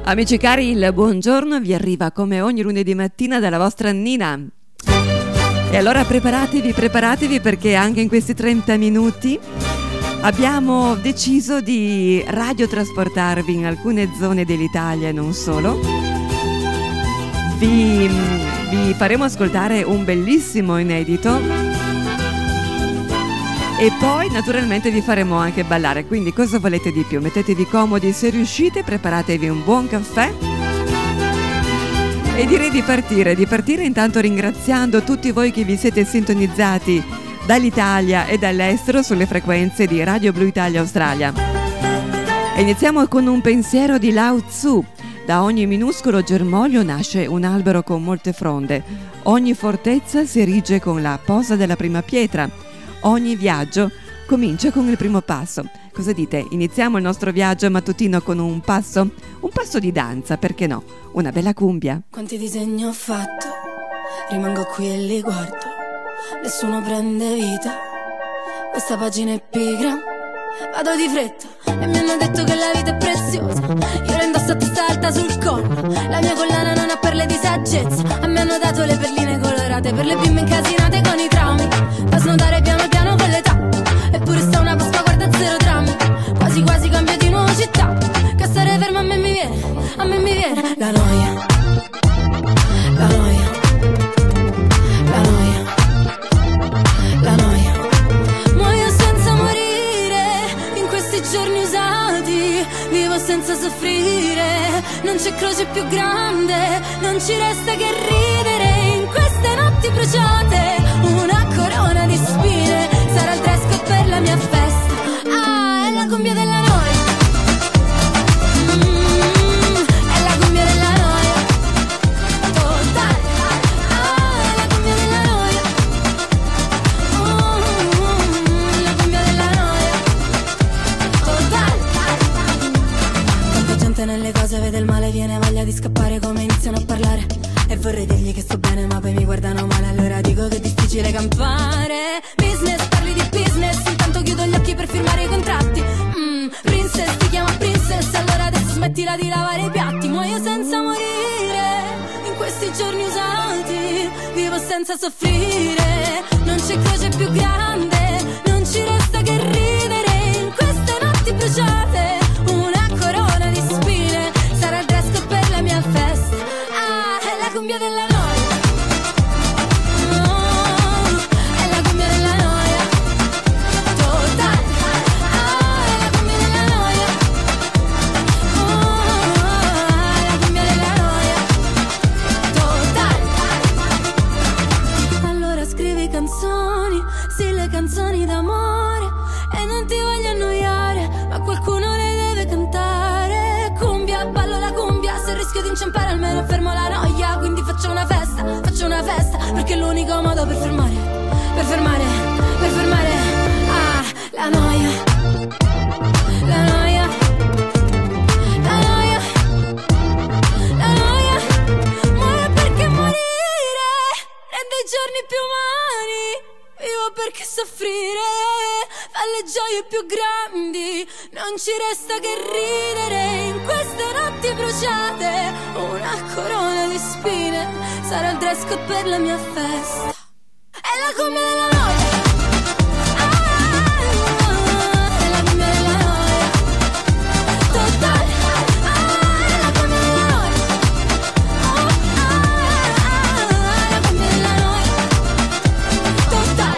Amici cari, il buongiorno vi arriva come ogni lunedì mattina dalla vostra Nina. E allora preparatevi perché anche in questi 30 minuti abbiamo deciso di radiotrasportarvi in alcune zone dell'Italia e non solo. Vi faremo ascoltare un bellissimo inedito e poi naturalmente vi faremo anche ballare, quindi cosa volete di più? Mettetevi comodi se riuscite, preparatevi un buon caffè e direi di partire intanto ringraziando tutti voi che vi siete sintonizzati dall'Italia e dall'estero sulle frequenze di Radio Blu Italia Australia. E iniziamo con un pensiero di Lao Tzu. Da ogni minuscolo germoglio nasce un albero con molte fronde, ogni fortezza si erige con la posa della prima pietra. Ogni viaggio comincia con il primo passo. Cosa dite? Iniziamo il nostro viaggio mattutino con un passo di danza, perché no? Una bella cumbia. Quanti disegni ho fatto, rimango qui e li guardo, nessuno prende vita, questa pagina è pigra, vado di fretta e mi hanno detto che la vita è preziosa, io la indosso a testa alta sul collo, la mia collana non ha perle di saggezza, a me hanno dato le perline colorate per le bimbe incasinate con i traumi, fa snodare piano piano con l'età, eppure sta una Pasqua guarda zero drammi, quasi quasi cambio di nuovo città, che stare ferma a me mi viene la noia, la noia, la noia, la noia, muoio senza morire in questi giorni usati, vivo senza soffrire, non c'è croce più grande, non ci resta che ridere in queste notti bruciate, una corona di spine, sarà il dress code per la mia festa, ah, è la cumbia della noia, è la cumbia della noia, totale, ah, è la cumbia della noia, la cumbia della noia, totale. Tanta gente nelle cose vede il male, viene voglia di scappare come iniziano a parlare, e vorrei dirgli che sto bene ma poi mi guardano male, allora dico che è difficile campare. Business, parli di business, intanto chiudo gli occhi per firmare i contratti. Princess, ti chiama princess, allora adesso smettila di lavare i piatti. Muoio senza morire in questi giorni usati, vivo senza soffrire, non c'è croce più grande, non ci resta che ridere in queste notti bruciate, una corona di spine, sarà il dress code per la mia festa, ah, è la cumbia della noia. Canzoni d'amore e non ti voglio annoiare, ma qualcuno le deve cantare. Cumbia, ballo la cumbia, se rischio di inciampare almeno fermo la noia, quindi faccio una festa, perché è l'unico modo per fermare, ah, la noia, la noia, la noia, la noia, muore perché morire rende i giorni più umani. Vivo perché soffrire fa le gioie più grandi, non ci resta che ridere in queste notti bruciate, una corona di spine, sarà il dress code per la mia festa, è la cumbia della noia, è la cumbia della noia, totale, è la cumbia della noia, è la cumbia della noia, totale.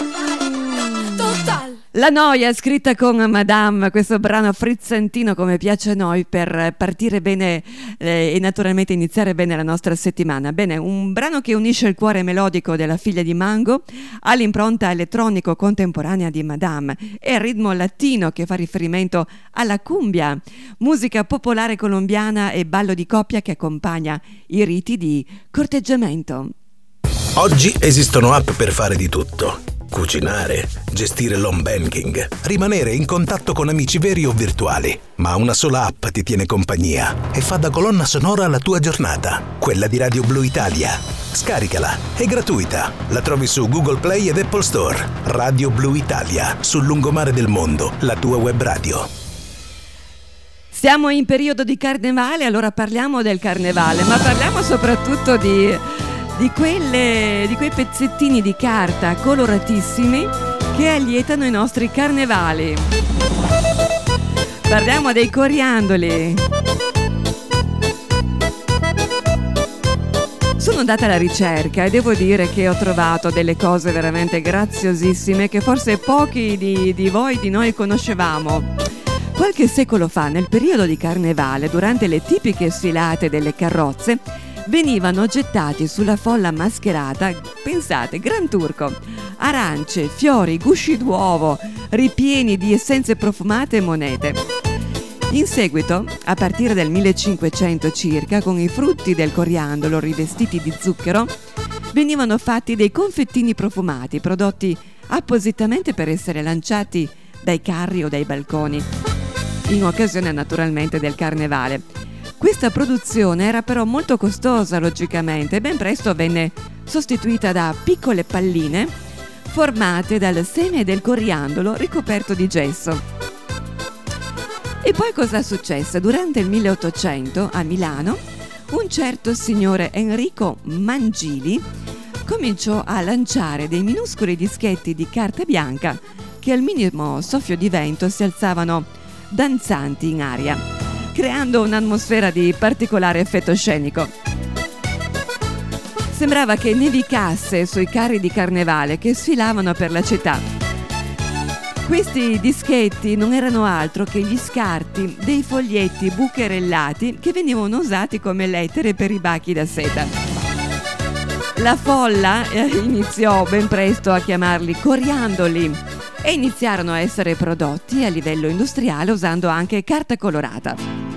La noia, scritta con Madame, questo brano frizzantino come piace a noi per partire bene e naturalmente iniziare bene la nostra settimana. Bene, un brano che unisce il cuore melodico della figlia di Mango all'impronta elettronico contemporanea di Madame e il ritmo latino che fa riferimento alla cumbia, musica popolare colombiana e ballo di coppia che accompagna i riti di corteggiamento. Oggi esistono app per fare di tutto. Cucinare, gestire l'home banking, rimanere in contatto con amici veri o virtuali. Ma una sola app ti tiene compagnia e fa da colonna sonora alla tua giornata. Quella di Radio Blu Italia. Scaricala, è gratuita. La trovi su Google Play ed Apple Store. Radio Blu Italia, sul lungomare del mondo, la tua web radio. Siamo in periodo di carnevale, allora parliamo del carnevale, ma parliamo soprattutto di quei pezzettini di carta coloratissimi che allietano i nostri carnevali. Parliamo dei coriandoli. Sono andata alla ricerca e devo dire che ho trovato delle cose veramente graziosissime che forse pochi di voi, di noi conoscevamo. Qualche secolo fa, nel periodo di carnevale, durante le tipiche sfilate delle carrozze, venivano gettati sulla folla mascherata, pensate, Gran Turco, arance, fiori, gusci d'uovo, ripieni di essenze profumate e monete. In seguito, a partire dal 1500 circa, con i frutti del coriandolo rivestiti di zucchero, venivano fatti dei confettini profumati, prodotti appositamente per essere lanciati dai carri o dai balconi, in occasione naturalmente del carnevale. Questa produzione era però molto costosa logicamente e ben presto venne sostituita da piccole palline formate dal seme del coriandolo ricoperto di gesso. E poi cosa successe? Durante il 1800 a Milano un certo signore Enrico Mangili cominciò a lanciare dei minuscoli dischetti di carta bianca che al minimo soffio di vento si alzavano danzanti in aria, creando un'atmosfera di particolare effetto scenico. Sembrava che nevicasse sui carri di carnevale che sfilavano per la città. Questi dischetti non erano altro che gli scarti dei foglietti bucherellati che venivano usati come lettere per i bachi da seta. La folla iniziò ben presto a chiamarli coriandoli e iniziarono a essere prodotti a livello industriale usando anche carta colorata.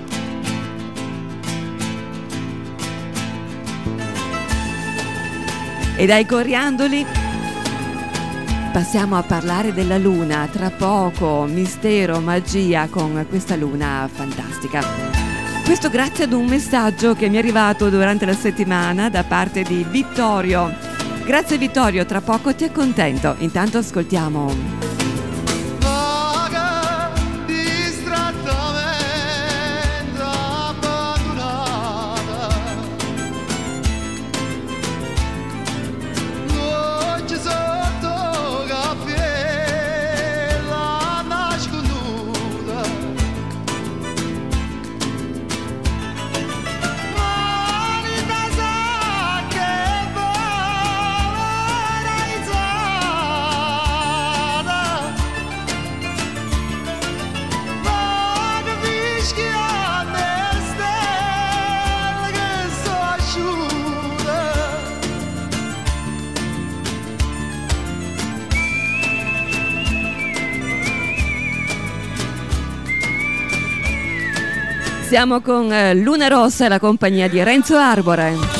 E dai coriandoli passiamo a parlare della luna, tra poco mistero, magia con questa luna fantastica. Questo grazie ad un messaggio che mi è arrivato durante la settimana da parte di Vittorio. Grazie Vittorio, tra poco ti accontento. Intanto ascoltiamo Siamo con Luna Rossa e la compagnia di Renzo Arbore.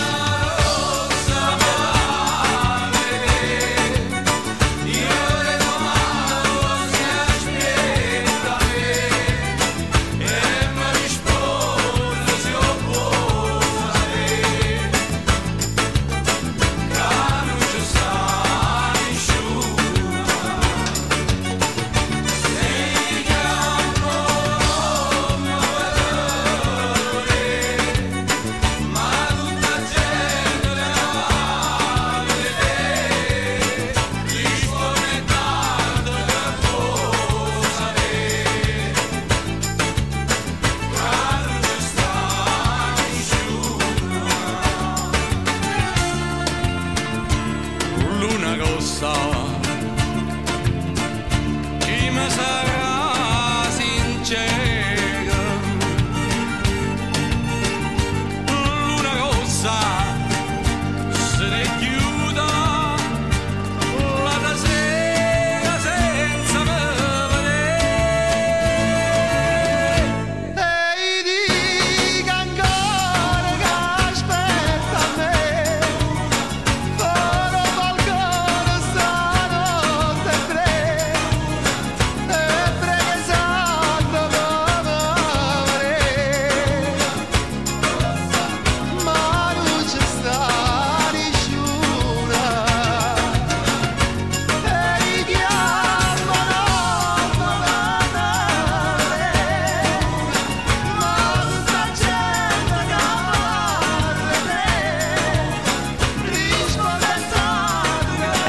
Ma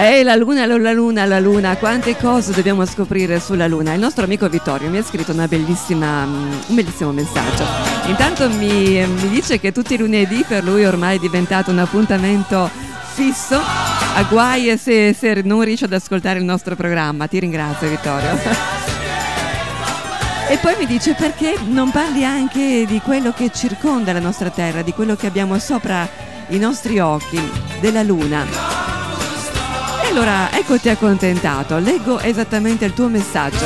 La luna, la luna, la luna, quante cose dobbiamo scoprire sulla luna. Il nostro amico Vittorio mi ha scritto un bellissimo messaggio. Intanto mi dice che tutti i lunedì per lui ormai è diventato un appuntamento fisso, a guai se non riesce ad ascoltare il nostro programma. Ti ringrazio, Vittorio. E poi mi dice: perché non parli anche di quello che circonda la nostra terra, di quello che abbiamo sopra i nostri occhi, della luna? E allora eccoti accontentato, leggo esattamente il tuo messaggio.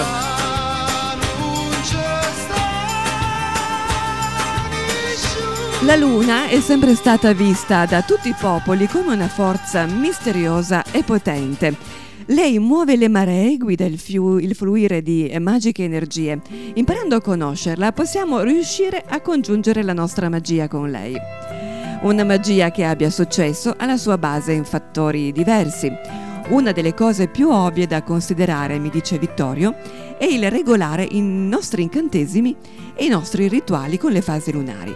La luna è sempre stata vista da tutti i popoli come una forza misteriosa e potente. Lei muove le maree, guida il fluire di magiche energie. Imparando a conoscerla, possiamo riuscire a congiungere la nostra magia con lei. Una magia che abbia successo alla sua base in fattori diversi. Una delle cose più ovvie da considerare, mi dice Vittorio, è il regolare i nostri incantesimi e i nostri rituali con le fasi lunari.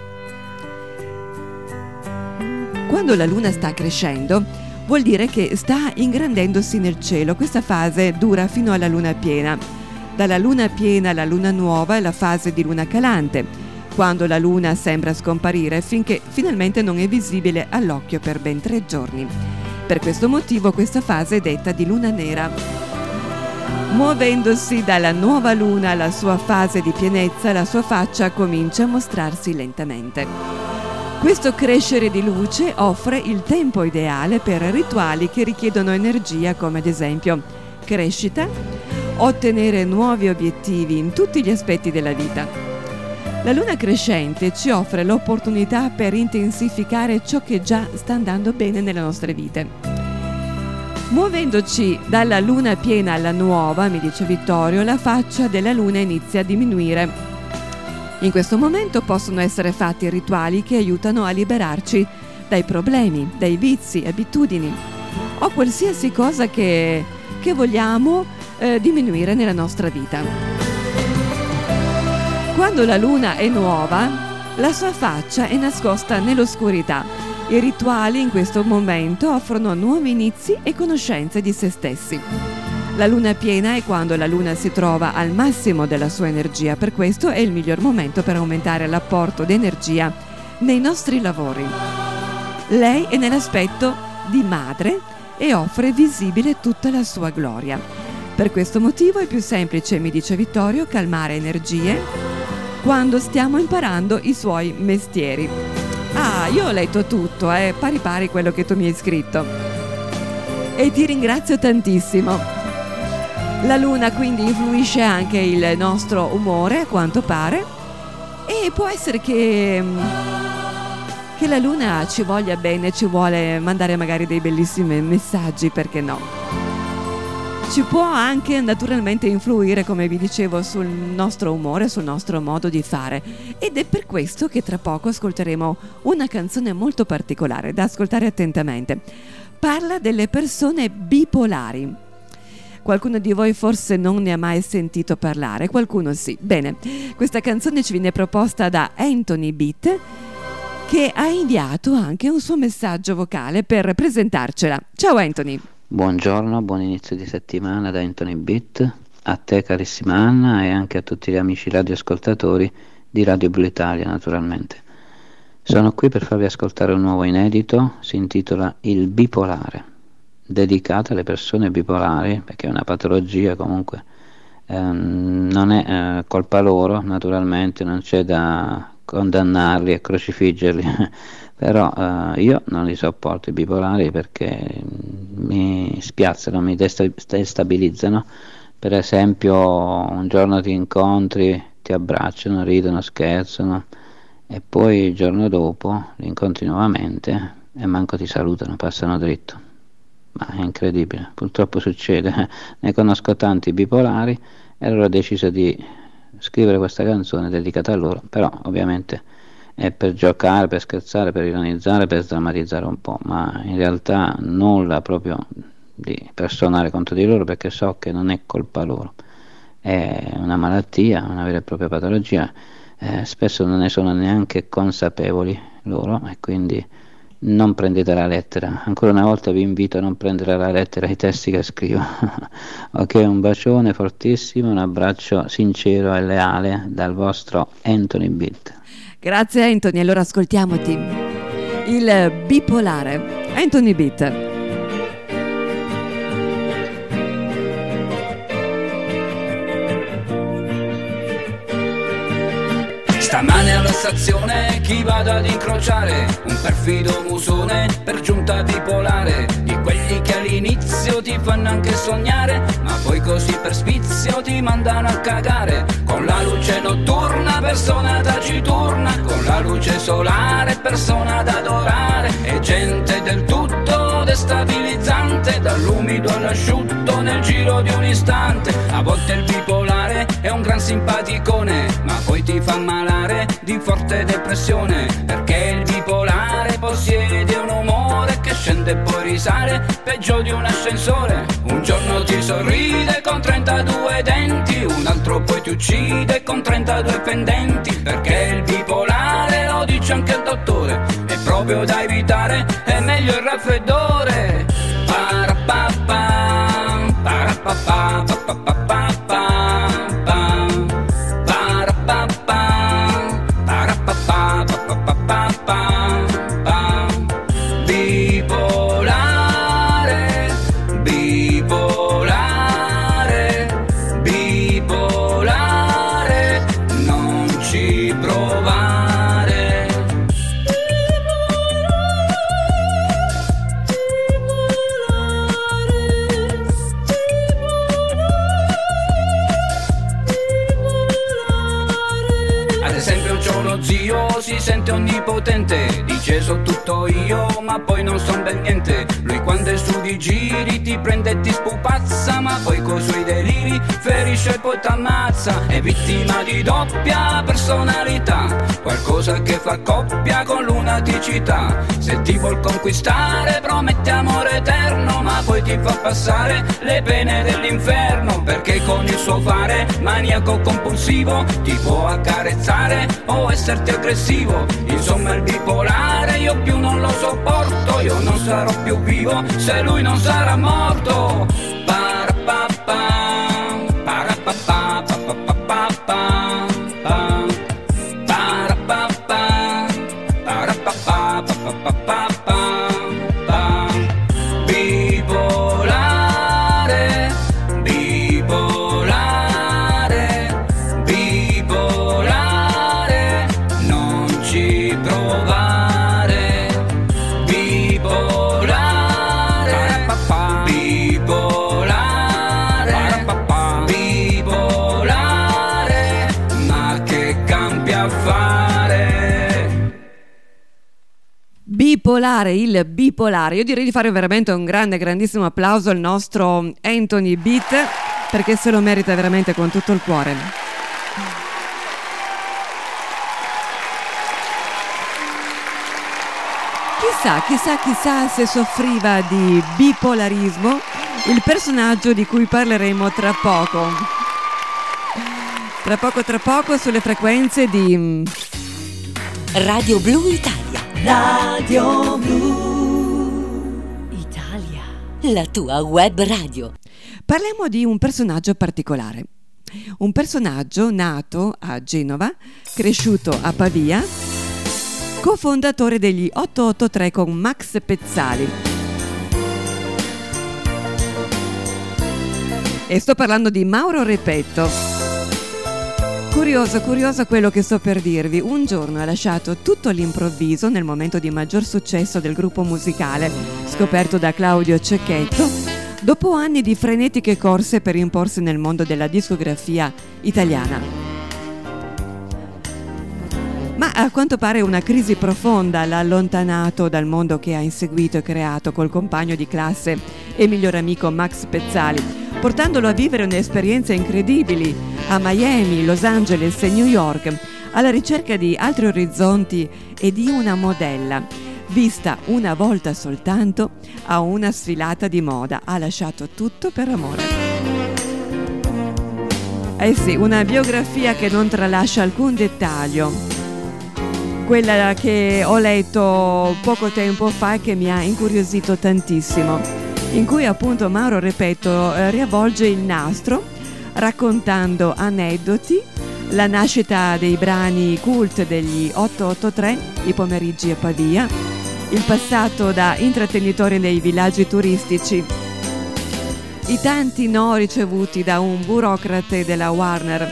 Quando la luna sta crescendo, vuol dire che sta ingrandendosi nel cielo. Questa fase dura fino alla luna piena. Dalla luna piena alla luna nuova è la fase di luna calante, quando la luna sembra scomparire finché finalmente non è visibile all'occhio per ben 3 giorni. Per questo motivo questa fase è detta di luna nera. Muovendosi dalla nuova luna alla sua fase di pienezza, la sua faccia comincia a mostrarsi lentamente. Questo crescere di luce offre il tempo ideale per rituali che richiedono energia, come ad esempio crescita, ottenere nuovi obiettivi in tutti gli aspetti della vita. La luna crescente ci offre l'opportunità per intensificare ciò che già sta andando bene nelle nostre vite. Muovendoci dalla luna piena alla nuova, mi dice Vittorio, la faccia della luna inizia a diminuire. In questo momento possono essere fatti rituali che aiutano a liberarci dai problemi, dai vizi, abitudini o qualsiasi cosa che vogliamo diminuire nella nostra vita. Quando la luna è nuova, la sua faccia è nascosta nell'oscurità. I rituali in questo momento offrono nuovi inizi e conoscenze di se stessi. La luna piena è quando la luna si trova al massimo della sua energia, per questo è il miglior momento per aumentare l'apporto di energia nei nostri lavori. Lei è nell'aspetto di madre e offre visibile tutta la sua gloria. Per questo motivo è più semplice, mi dice Vittorio, calmare energie quando stiamo imparando i suoi mestieri. Io ho letto tutto, pari pari quello che tu mi hai scritto. E ti ringrazio tantissimo. La luna quindi influisce anche il nostro umore, a quanto pare, e può essere che la luna ci voglia bene, ci vuole mandare magari dei bellissimi messaggi, perché no? Ci può anche naturalmente influire, come vi dicevo, sul nostro umore, sul nostro modo di fare, ed è per questo che tra poco ascolteremo una canzone molto particolare da ascoltare attentamente. Parla delle persone bipolari. Qualcuno di voi forse non ne ha mai sentito parlare, qualcuno sì. Bene, questa canzone ci viene proposta da Anthony Beat, che ha inviato anche un suo messaggio vocale per presentarcela. Ciao Anthony. Buongiorno, buon inizio di settimana da Anthony Beat, a te carissima Anna e anche a tutti gli amici radioascoltatori di Radio Blu Italia naturalmente. Sono qui per farvi ascoltare un nuovo inedito, si intitola Il bipolare, dedicato alle persone bipolari, perché è una patologia comunque, non è colpa loro naturalmente, non c'è da condannarli e crocifiggerli, però io non li sopporto i bipolari perché mi spiazzano, mi destabilizzano. Per esempio un giorno ti incontri, ti abbracciano, ridono, scherzano e poi il giorno dopo li incontri nuovamente e manco ti salutano, passano dritto. Ma è incredibile, purtroppo succede. Ne conosco tanti bipolari e allora ho deciso di scrivere questa canzone dedicata a loro, però ovviamente è per giocare, per scherzare, per ironizzare, per sdrammatizzare un po', ma in realtà nulla proprio di personale contro di loro, perché so che non è colpa loro, è una malattia, una vera e propria patologia, spesso non ne sono neanche consapevoli loro e quindi non prendete la lettera. Ancora una volta vi invito a non prendere la lettera ai testi che scrivo. Ok, un bacione fortissimo, un abbraccio sincero e leale dal vostro Anthony Beat. Grazie Anthony, allora ascoltiamoti il bipolare Anthony Beat. Stamane alla stazione chi vado ad incrociare? Un perfido musone per giunta bipolare, di quelli che all'inizio ti fanno anche sognare, ma poi così per spizio ti mandano a cagare. Con la luce notturna persona taciturna, con la luce solare persona da adorare, e gente del tutto destabilizzante, dall'umido all'asciutto nel giro di un istante. A volte il bipolare è un gran simpaticone, ma poi ti fa malare di forte depressione, perché il bipolare possiede un umore che scende e poi risale peggio di un ascensore. Un giorno ti sorride con 32 denti, un altro poi ti uccide con 32 pendenti, perché il bipolare, lo dice anche il dottore, è proprio da evitare, è meglio il raffreddore. Parapapam, parapapam, si sente onnipotente, dice so tutto io ma poi non son ben niente. Lui quando è su di giri ti prende e ti spupazza, ma poi coi suoi deliri ferisce e poi t'ammazza. È vittima di doppia personalità, qualcosa che fa coppia con lunaticità. Se ti vuol conquistare promette amore eterno, ma poi ti fa passare le pene dell'inferno, perché con il suo fare maniaco compulsivo ti può accarezzare o esserti aggressivo. Insomma il bipolare io più non lo sopporto, io non sarò più vivo se lui non sarà morto. Parapapam, parapapam, parapapam, parapapam, parapapam, parapapam. Bipolare, bipolare, bipolare, non ci provare. Bipolare, bipolare, bipolare, ma che cambia a fare? Bipolare, il bipolare. Io direi di fare veramente un grandissimo applauso al nostro Anthony Beat, perché se lo merita veramente con tutto il cuore. Chissà se soffriva di bipolarismo il personaggio di cui parleremo tra poco. Tra poco sulle frequenze di Radio Blu Italia. Radio Blu Italia. La tua web radio. Parliamo di un personaggio particolare. Un personaggio nato a Genova, cresciuto a Pavia, cofondatore degli 883 con Max Pezzali. E sto parlando di Mauro Repetto. Curioso quello che sto per dirvi. Un giorno ha lasciato tutto all'improvviso nel momento di maggior successo del gruppo musicale, scoperto da Claudio Cecchetto, dopo anni di frenetiche corse per imporsi nel mondo della discografia italiana. Ma a quanto pare una crisi profonda l'ha allontanato dal mondo che ha inseguito e creato col compagno di classe e miglior amico Max Pezzali, portandolo a vivere un'esperienza incredibili a Miami, Los Angeles e New York, alla ricerca di altri orizzonti e di una modella. Vista una volta soltanto a una sfilata di moda, ha lasciato tutto per amore. Eh sì, una biografia che non tralascia alcun dettaglio. quella che ho letto poco tempo fa e che mi ha incuriosito tantissimo, in cui appunto Mauro Repetto riavvolge il nastro raccontando aneddoti, la nascita dei brani cult degli 883, i pomeriggi a Pavia, il passato da intrattenitore nei villaggi turistici, i tanti no ricevuti da un burocrate della Warner.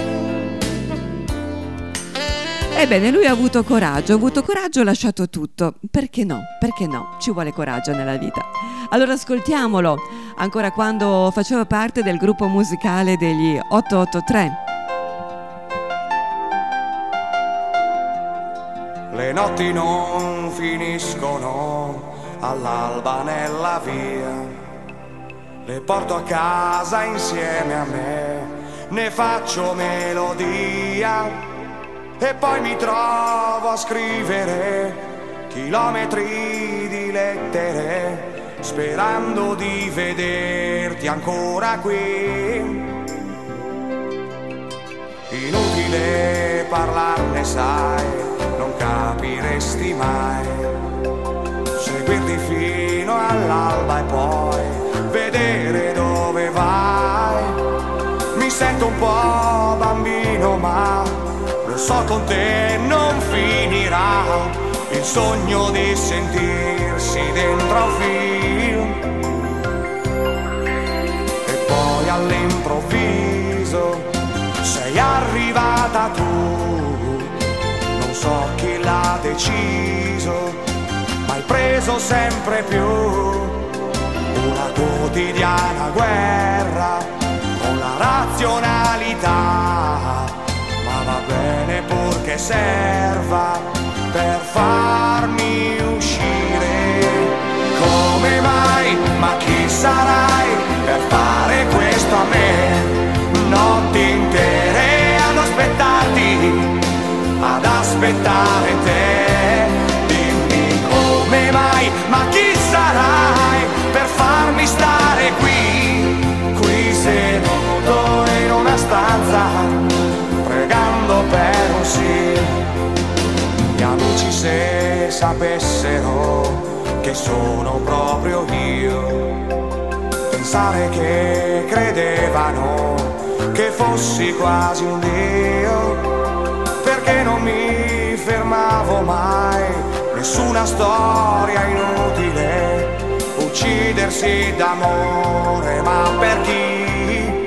Ebbene, lui ha avuto coraggio, ha lasciato tutto. Perché no? Perché no? Ci vuole coraggio nella vita. Allora ascoltiamolo, ancora quando faceva parte del gruppo musicale degli 883. Le notti non finiscono all'alba nella via. Le porto a casa insieme a me, ne faccio melodia e poi mi trovo a scrivere chilometri di lettere, sperando di vederti ancora qui. Inutile parlarne, sai, non capiresti mai. Seguirti fino all'alba e poi vedere dove vai. Mi sento un po' bambino, ma lo so con te non finirà il sogno di sentirsi dentro un film. E poi all'improvviso sei arrivata tu, non so chi l'ha deciso, ma hai preso sempre più una quotidiana guerra con la razionalità, ma va bene purché serva per farmi uscire. Come mai? Ma chi sarai per fare questo a me? Notti intere ad aspettare te. Dimmi come mai? Ma chi sarai per farmi stare qui seduto in una stanza, pregando per un sì. Gli amici se sapessero che sono proprio io, pensare che credevano che fossi quasi un dio, perché non mi fermavo mai, nessuna storia inutile, uccidersi d'amore, ma per chi?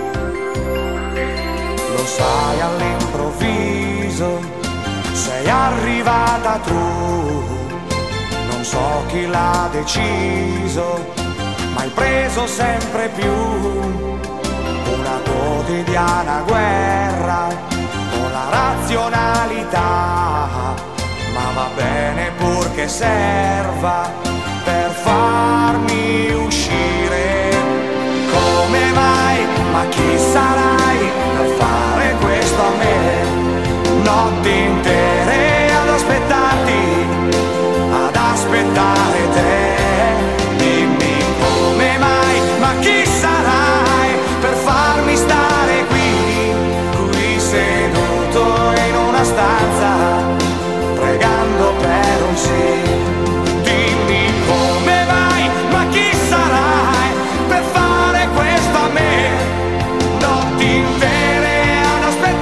Lo sai, all'improvviso sei arrivata tu, non so chi l'ha deciso, ma hai preso sempre più una quotidiana guerra con la razionalità, ma va bene purché serva per farmi uscire. Come mai? Ma chi sarai per fare questo a me? Notti intere ad aspettare te. Dimmi come mai? Ma chi sarai per farmi stare qui seduto in una stanza, pregando per un sì. Dimmi come mai? Ma chi sarai per fare questo a me? Notti intere ad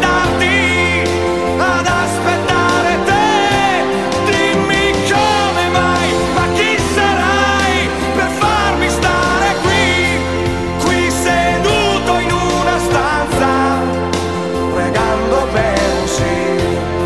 aspettare te. Dimmi come mai? Ma chi sarai per farmi stare qui seduto in una stanza, pregando per un sì.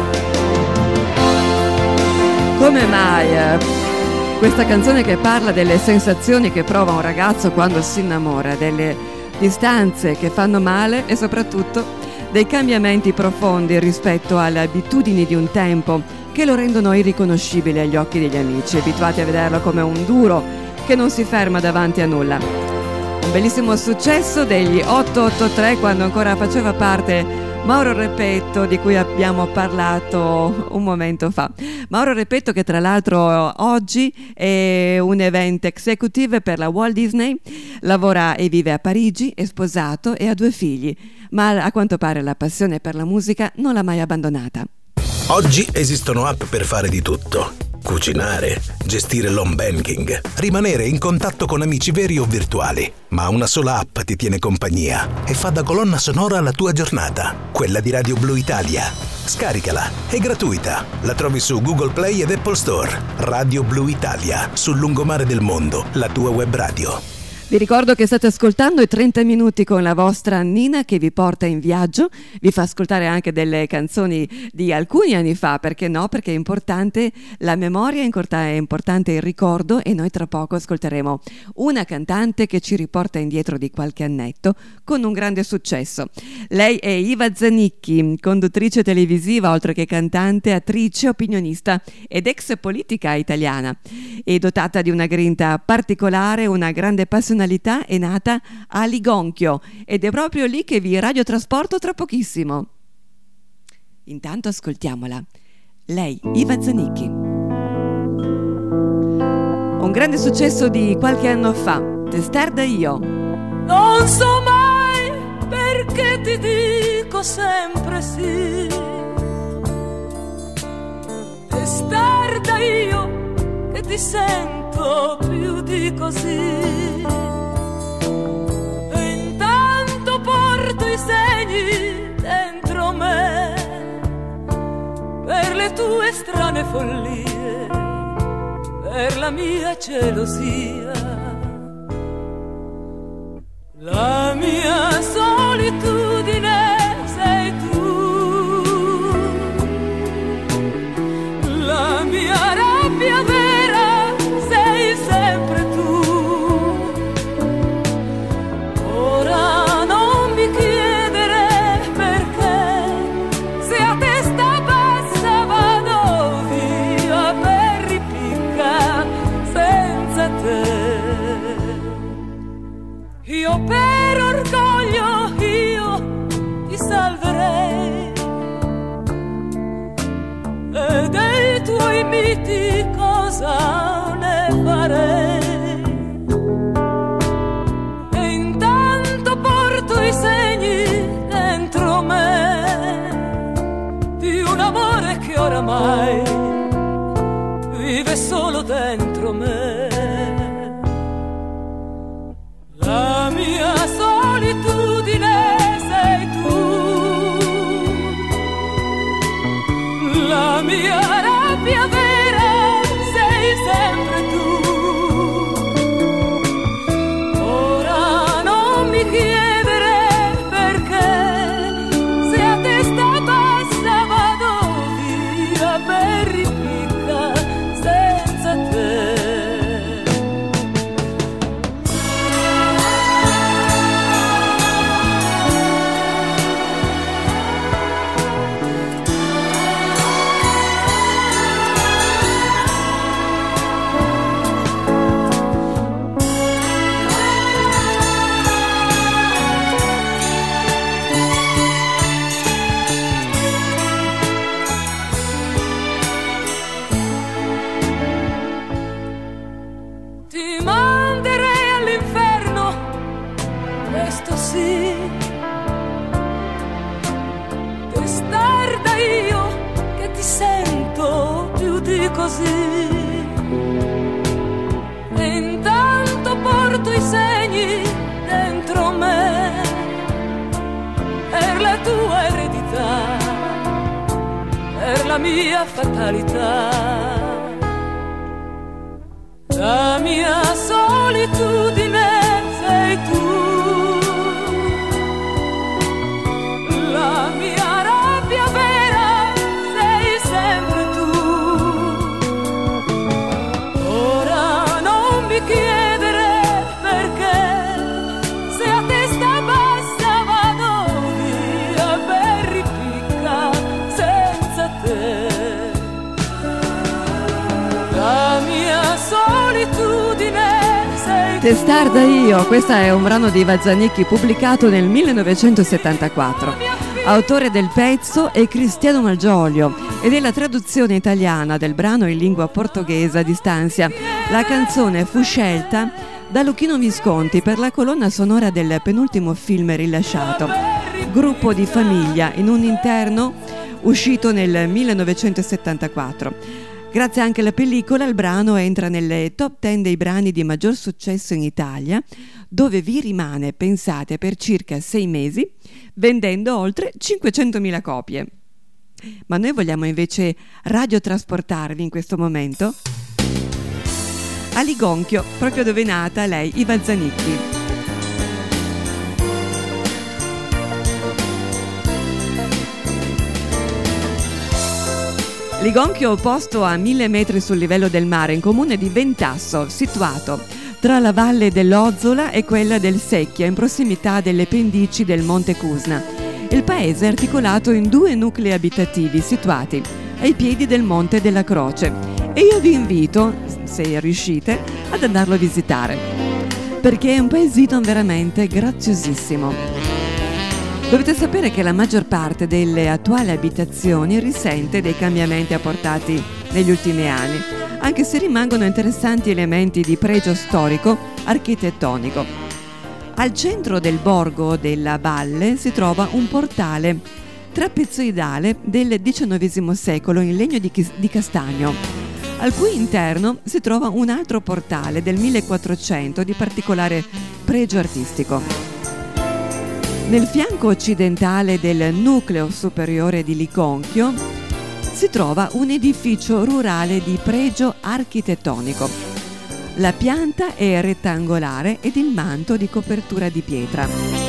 Come mai? Questa canzone che parla delle sensazioni che prova un ragazzo quando si innamora, delle distanze che fanno male e soprattutto dei cambiamenti profondi rispetto alle abitudini di un tempo che lo rendono irriconoscibile agli occhi degli amici, abituati a vederlo come un duro che non si ferma davanti a nulla. Un bellissimo successo degli 883 quando ancora faceva parte Mauro Repetto, di cui abbiamo parlato un momento fa. Mauro Repetto, che tra l'altro oggi è un event executive per la Walt Disney, lavora e vive a Parigi, è sposato e ha 2 figli, ma a quanto pare la passione per la musica non l'ha mai abbandonata. Oggi esistono app per fare di tutto. Cucinare, gestire l'home banking, rimanere in contatto con amici veri o virtuali. Ma una sola app ti tiene compagnia e fa da colonna sonora alla tua giornata. Quella di Radio Blu Italia. Scaricala, è gratuita. La trovi su Google Play ed Apple Store. Radio Blu Italia, sul lungomare del mondo, la tua web radio. Vi ricordo che state ascoltando i 30 minuti con la vostra Nina che vi porta in viaggio, vi fa ascoltare anche delle canzoni di alcuni anni fa, perché no? Perché è importante la memoria, è importante il ricordo, e noi tra poco ascolteremo una cantante che ci riporta indietro di qualche annetto con un grande successo. Lei è Iva Zanicchi, conduttrice televisiva, oltre che cantante, attrice, opinionista ed ex politica italiana. È dotata di una grinta particolare, una grande passione. È nata a Ligonchio ed è proprio lì che vi radiotrasporto tra pochissimo. Intanto ascoltiamola. Lei, Iva Zanicchi. Un grande successo di qualche anno fa, Testarda io. Non so mai perché ti dico sempre sì. Testarda io che ti sento più di così. Porto i segni dentro me per le tue strane follie, per la mia gelosia, la mia solitudine sei tu, la mia rabbia vera sei sempre tu. Io per orgoglio io ti salverei e dei tuoi miti cosa ne farei? E intanto porto i segni dentro me di un amore che oramai vive solo dentro me. La mia solitudine sei tu, la mia rabbia vera sei sempre tu. Ora non mi chiedere perché, se a testa bassa vado via per ripicca senza te. Testarda io che ti sento più di così. E intanto porto i segni dentro me per la tua eredità, per la mia fatalità. La mia solitudine sei tu, la mia rabbia vera sei sempre tu. Ora non mi chiedere perché, se a testa bassa vado via per ripicca senza te. La mia solitudine sei tu. Testarda io, questo è un brano di Iva Zanicchi pubblicato nel 1974. Autore del pezzo è Cristiano Malgioglio ed è la traduzione italiana del brano in lingua portoghese di Stansia. La canzone fu scelta da Luchino Visconti per la colonna sonora del penultimo film rilasciato, Gruppo di famiglia, in un interno uscito nel 1974. Grazie anche alla pellicola, il brano entra nelle top 10 dei brani di maggior successo in Italia, dove vi rimane, pensate, per circa 6 mesi, vendendo oltre 500.000 copie. Ma noi vogliamo invece radiotrasportarvi in questo momento a Ligonchio, proprio dove è nata lei, Iva Zanicchi. Ligonchio, posto a 1000 metri sul livello del mare, in comune di Ventasso, situato tra la valle dell'Ozzola e quella del Secchia, in prossimità delle pendici del Monte Cusna. Il paese è articolato in 2 nuclei abitativi situati ai piedi del Monte della Croce e io vi invito, se riuscite, ad andarlo a visitare, perché è un paesino veramente graziosissimo. Dovete sapere che la maggior parte delle attuali abitazioni risente dei cambiamenti apportati negli ultimi anni, anche se rimangono interessanti elementi di pregio storico architettonico. Al centro del borgo della valle si trova un portale trapezoidale del XIX secolo in legno di castagno, al cui interno si trova un altro portale del 1400 di particolare pregio artistico. Nel fianco occidentale del nucleo superiore di Ligonchio si trova un edificio rurale di pregio architettonico. La pianta è rettangolare ed il manto di copertura di pietra.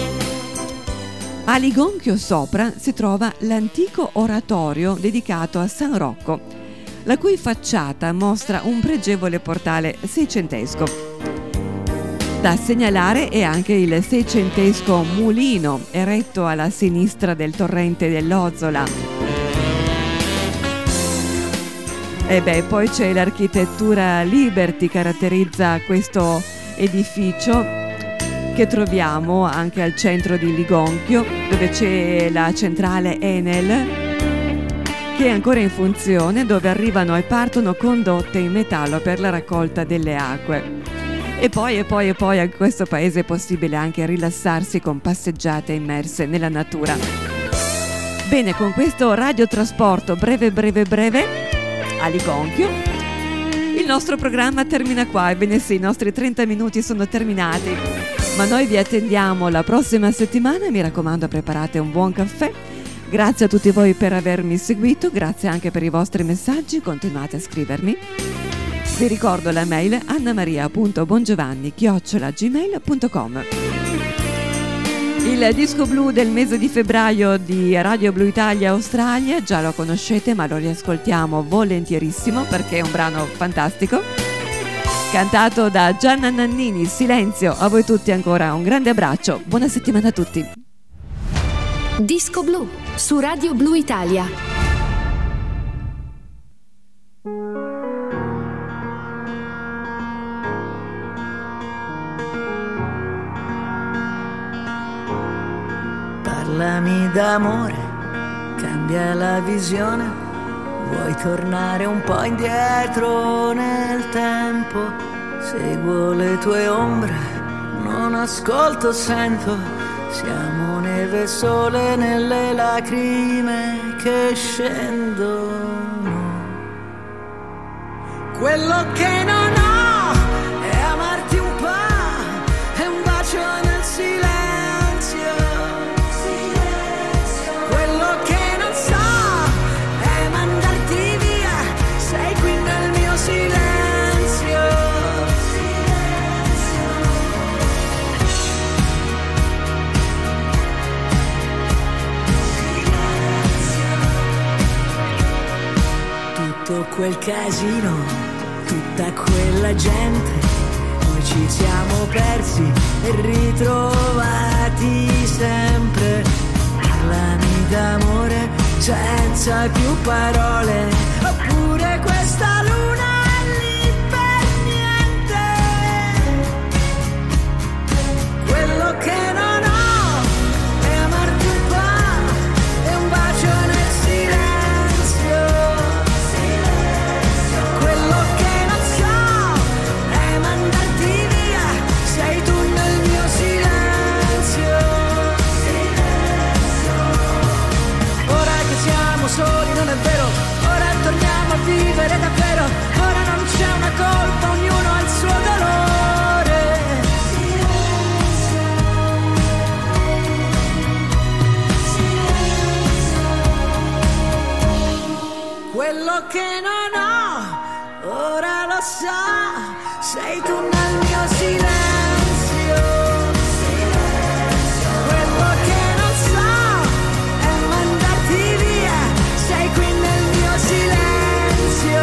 A Ligonchio sopra si trova l'antico oratorio dedicato a San Rocco, la cui facciata mostra un pregevole portale seicentesco. Da segnalare è anche il seicentesco mulino eretto alla sinistra del torrente dell'Ozzola. E poi c'è l'architettura Liberty, caratterizza questo edificio che troviamo anche al centro di Ligonchio, dove c'è la centrale Enel che è ancora in funzione, dove arrivano e partono condotte in metallo per la raccolta delle acque. E poi a questo paese è possibile anche rilassarsi con passeggiate immerse nella natura. Bene, con questo radiotrasporto breve a Ligonchio il nostro programma termina qua. Ebbene sì, i nostri 30 minuti sono terminati, ma noi vi attendiamo la prossima settimana. Mi raccomando, preparate un buon caffè. Grazie a tutti voi per avermi seguito, grazie anche per i vostri messaggi, continuate a scrivermi. Vi ricordo la mail annamaria.bongiovanni@gmail.com. Il disco blu del mese di febbraio di Radio Blu Italia Australia, già lo conoscete ma lo riascoltiamo volentierissimo perché è un brano fantastico, cantato da Gianna Nannini, Silenzio. A voi tutti ancora un grande abbraccio, buona settimana a tutti. Disco blu su Radio Blu Italia. Parlami d'amore, cambia la visione, vuoi tornare un po' indietro nel tempo, seguo le tue ombre, non ascolto, sento, siamo neve e sole nelle lacrime che scendono. Quello che non ho è amarti un po', è un bacio nel silenzio. Tutto quel casino, tutta quella gente, noi ci siamo persi e ritrovati sempre. Parlami d'amore senza più parole, oppure questa luna è lì per niente. Quello che non ho è amarti un po', è un bacio nel silenzio. Quello che non so è mandarti via, sei tu nel mio silenzio. Ora che siamo soli torniamo a vivere davvero. Ora non c'è una colpa, ognuno ha il suo dolore. Quello che non ho, ora lo so, sei tu nel mio silenzio. Quello che non so è mandarti via, sei qui nel mio silenzio.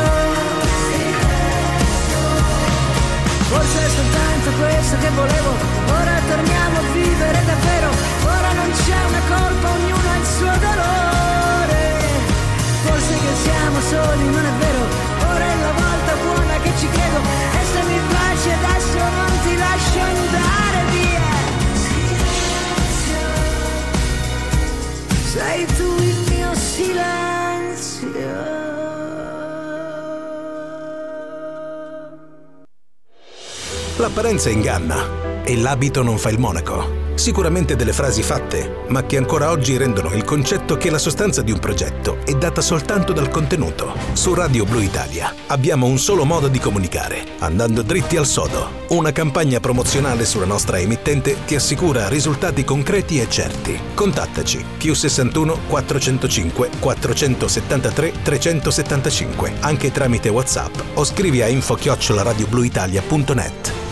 Forse è soltanto questo che volevo, ora torniamo a vivere davvero. Ora non c'è una colpa, ognuno ha il suo dolore. Forse che siamo soli, non è vero, ora è la volta buona che ci credo. E se mi piace adesso non ti lascio andare via. Sei tu il mio silenzio. L'apparenza inganna e l'abito non fa il monaco. Sicuramente delle frasi fatte, ma che ancora oggi rendono il concetto che la sostanza di un progetto è data soltanto dal contenuto. Su Radio Blu Italia abbiamo un solo modo di comunicare, andando dritti al sodo. Una campagna promozionale sulla nostra emittente ti assicura risultati concreti e certi. Contattaci +61 405 473 375 anche tramite WhatsApp o scrivi a info@radiobluitalia.net.